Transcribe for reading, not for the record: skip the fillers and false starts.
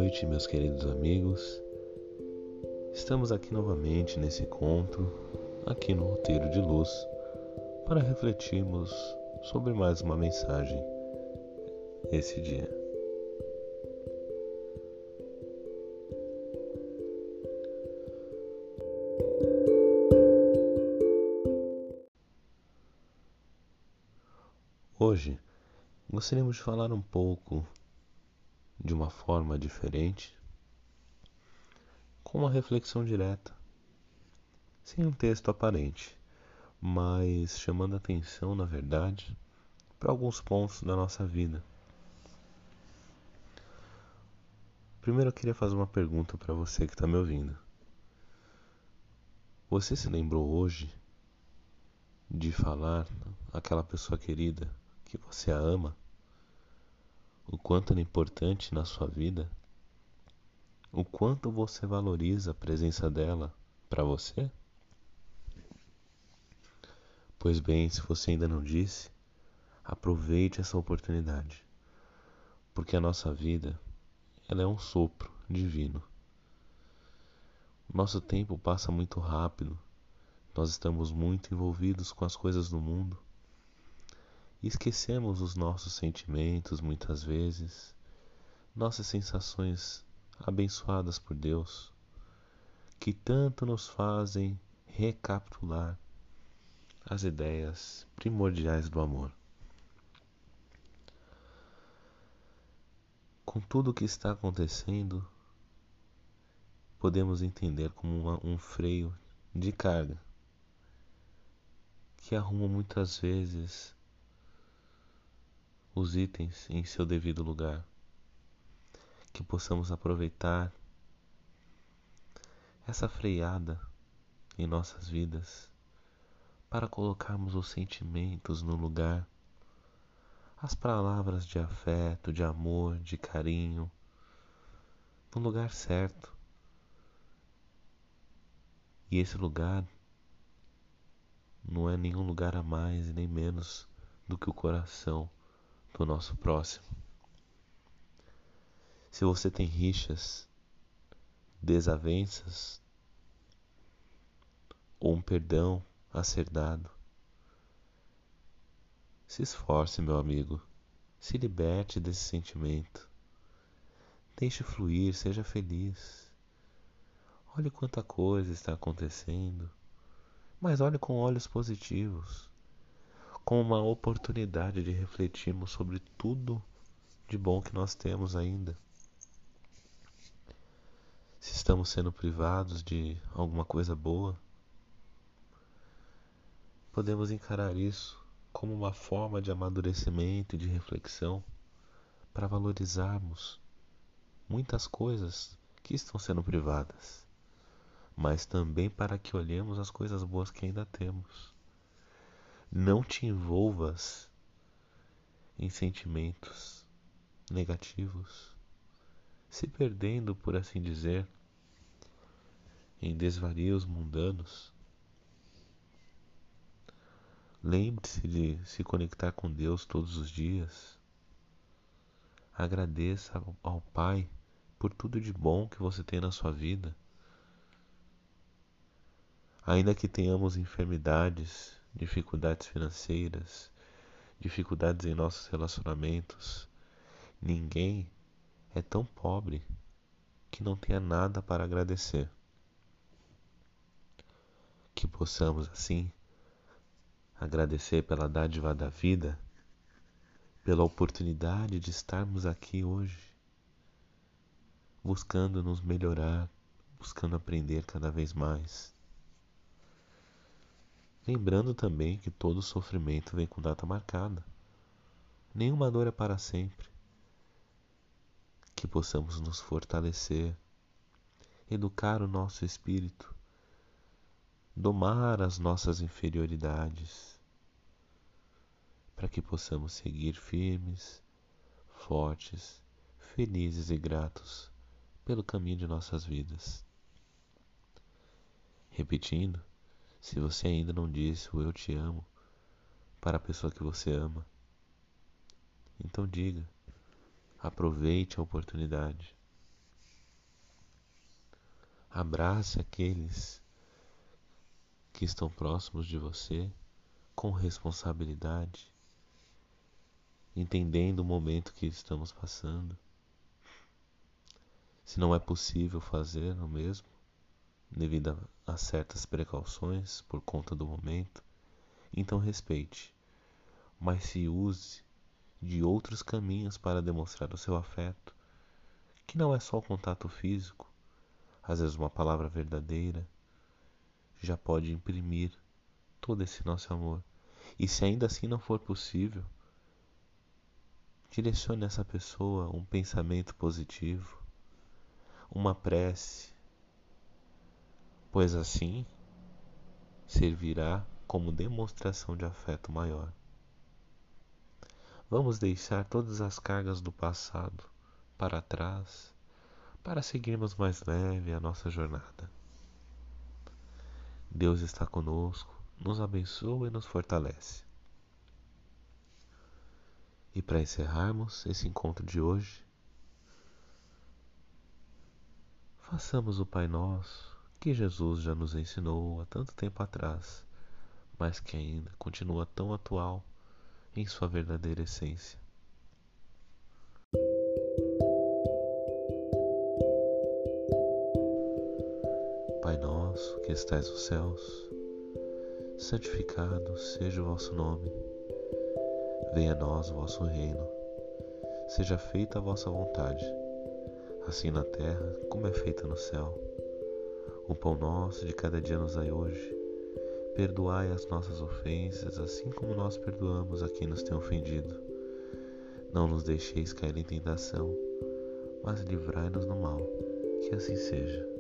noite, meus queridos amigos. Estamos aqui novamente nesse encontro, aqui no Roteiro de Luz, para refletirmos sobre mais uma mensagem esse dia. Hoje, gostaríamos de falar um pouco de uma forma diferente, com uma reflexão direta, sem um texto aparente, mas chamando atenção, na verdade, para alguns pontos da nossa vida. Primeiro eu queria fazer uma pergunta para você que está me ouvindo. Você se lembrou hoje de falar àquela pessoa querida que você a ama? O quanto ela é importante na sua vida? O quanto você valoriza a presença dela para você? Pois bem, se você ainda não disse, aproveite essa oportunidade, porque a nossa vida, ela é um sopro divino. Nosso tempo passa muito rápido, nós estamos muito envolvidos com as coisas do mundo e esquecemos os nossos sentimentos muitas vezes, nossas sensações abençoadas por Deus, que tanto nos fazem recapitular as ideias primordiais do amor. Com tudo o que está acontecendo, podemos entender como um freio de carga que arruma muitas vezes os itens em seu devido lugar, que possamos aproveitar essa freada em nossas vidas para colocarmos os sentimentos no lugar, as palavras de afeto, de amor, de carinho, no lugar certo. E esse lugar não é nenhum lugar a mais e nem menos do que o coração do nosso próximo. Se você tem rixas, desavenças ou um perdão a ser dado, se esforce, meu amigo, se liberte desse sentimento, deixe fluir, seja feliz. Olhe quanta coisa está acontecendo, mas olhe com olhos positivos, com uma oportunidade de refletirmos sobre tudo de bom que nós temos ainda. Se estamos sendo privados de alguma coisa boa, podemos encarar isso como uma forma de amadurecimento e de reflexão para valorizarmos muitas coisas que estão sendo privadas, mas também para que olhemos as coisas boas que ainda temos. Não te envolvas em sentimentos negativos, se perdendo, por assim dizer, em desvarios mundanos. Lembre-se de se conectar com Deus todos os dias. Agradeça ao Pai por tudo de bom que você tem na sua vida. Ainda que tenhamos enfermidades, dificuldades financeiras, dificuldades em nossos relacionamentos, ninguém é tão pobre que não tenha nada para agradecer. Que possamos, assim, agradecer pela dádiva da vida, pela oportunidade de estarmos aqui hoje, buscando nos melhorar, buscando aprender cada vez mais. Lembrando também que todo sofrimento vem com data marcada. Nenhuma dor é para sempre. Que possamos nos fortalecer, educar o nosso espírito, domar as nossas inferioridades, para que possamos seguir firmes, fortes, felizes e gratos pelo caminho de nossas vidas. Repetindo, se você ainda não disse o eu te amo para a pessoa que você ama, então diga, aproveite a oportunidade. Abrace aqueles que estão próximos de você com responsabilidade, entendendo o momento que estamos passando. Se não é possível fazer o mesmo, devido a certas precauções por conta do momento, então respeite, mas se use de outros caminhos para demonstrar o seu afeto, que não é só o contato físico. Às vezes uma palavra verdadeira já pode imprimir todo esse nosso amor. E se ainda assim não for possível, direcione a essa pessoa um pensamento positivo, uma prece, pois assim servirá como demonstração de afeto maior. Vamos deixar todas as cargas do passado para trás, para seguirmos mais leve a nossa jornada. Deus está conosco, nos abençoa e nos fortalece. E para encerrarmos esse encontro de hoje, façamos o Pai Nosso que Jesus já nos ensinou há tanto tempo atrás, mas que ainda continua tão atual em sua verdadeira essência. Pai nosso que estais nos céus, santificado seja o vosso nome. Venha a nós o vosso reino. Seja feita a vossa vontade, assim na terra como é feita no céu. O pão nosso de cada dia nos dai hoje. Perdoai as nossas ofensas, assim como nós perdoamos a quem nos tem ofendido. Não nos deixeis cair em tentação, mas livrai-nos do mal. Que assim seja.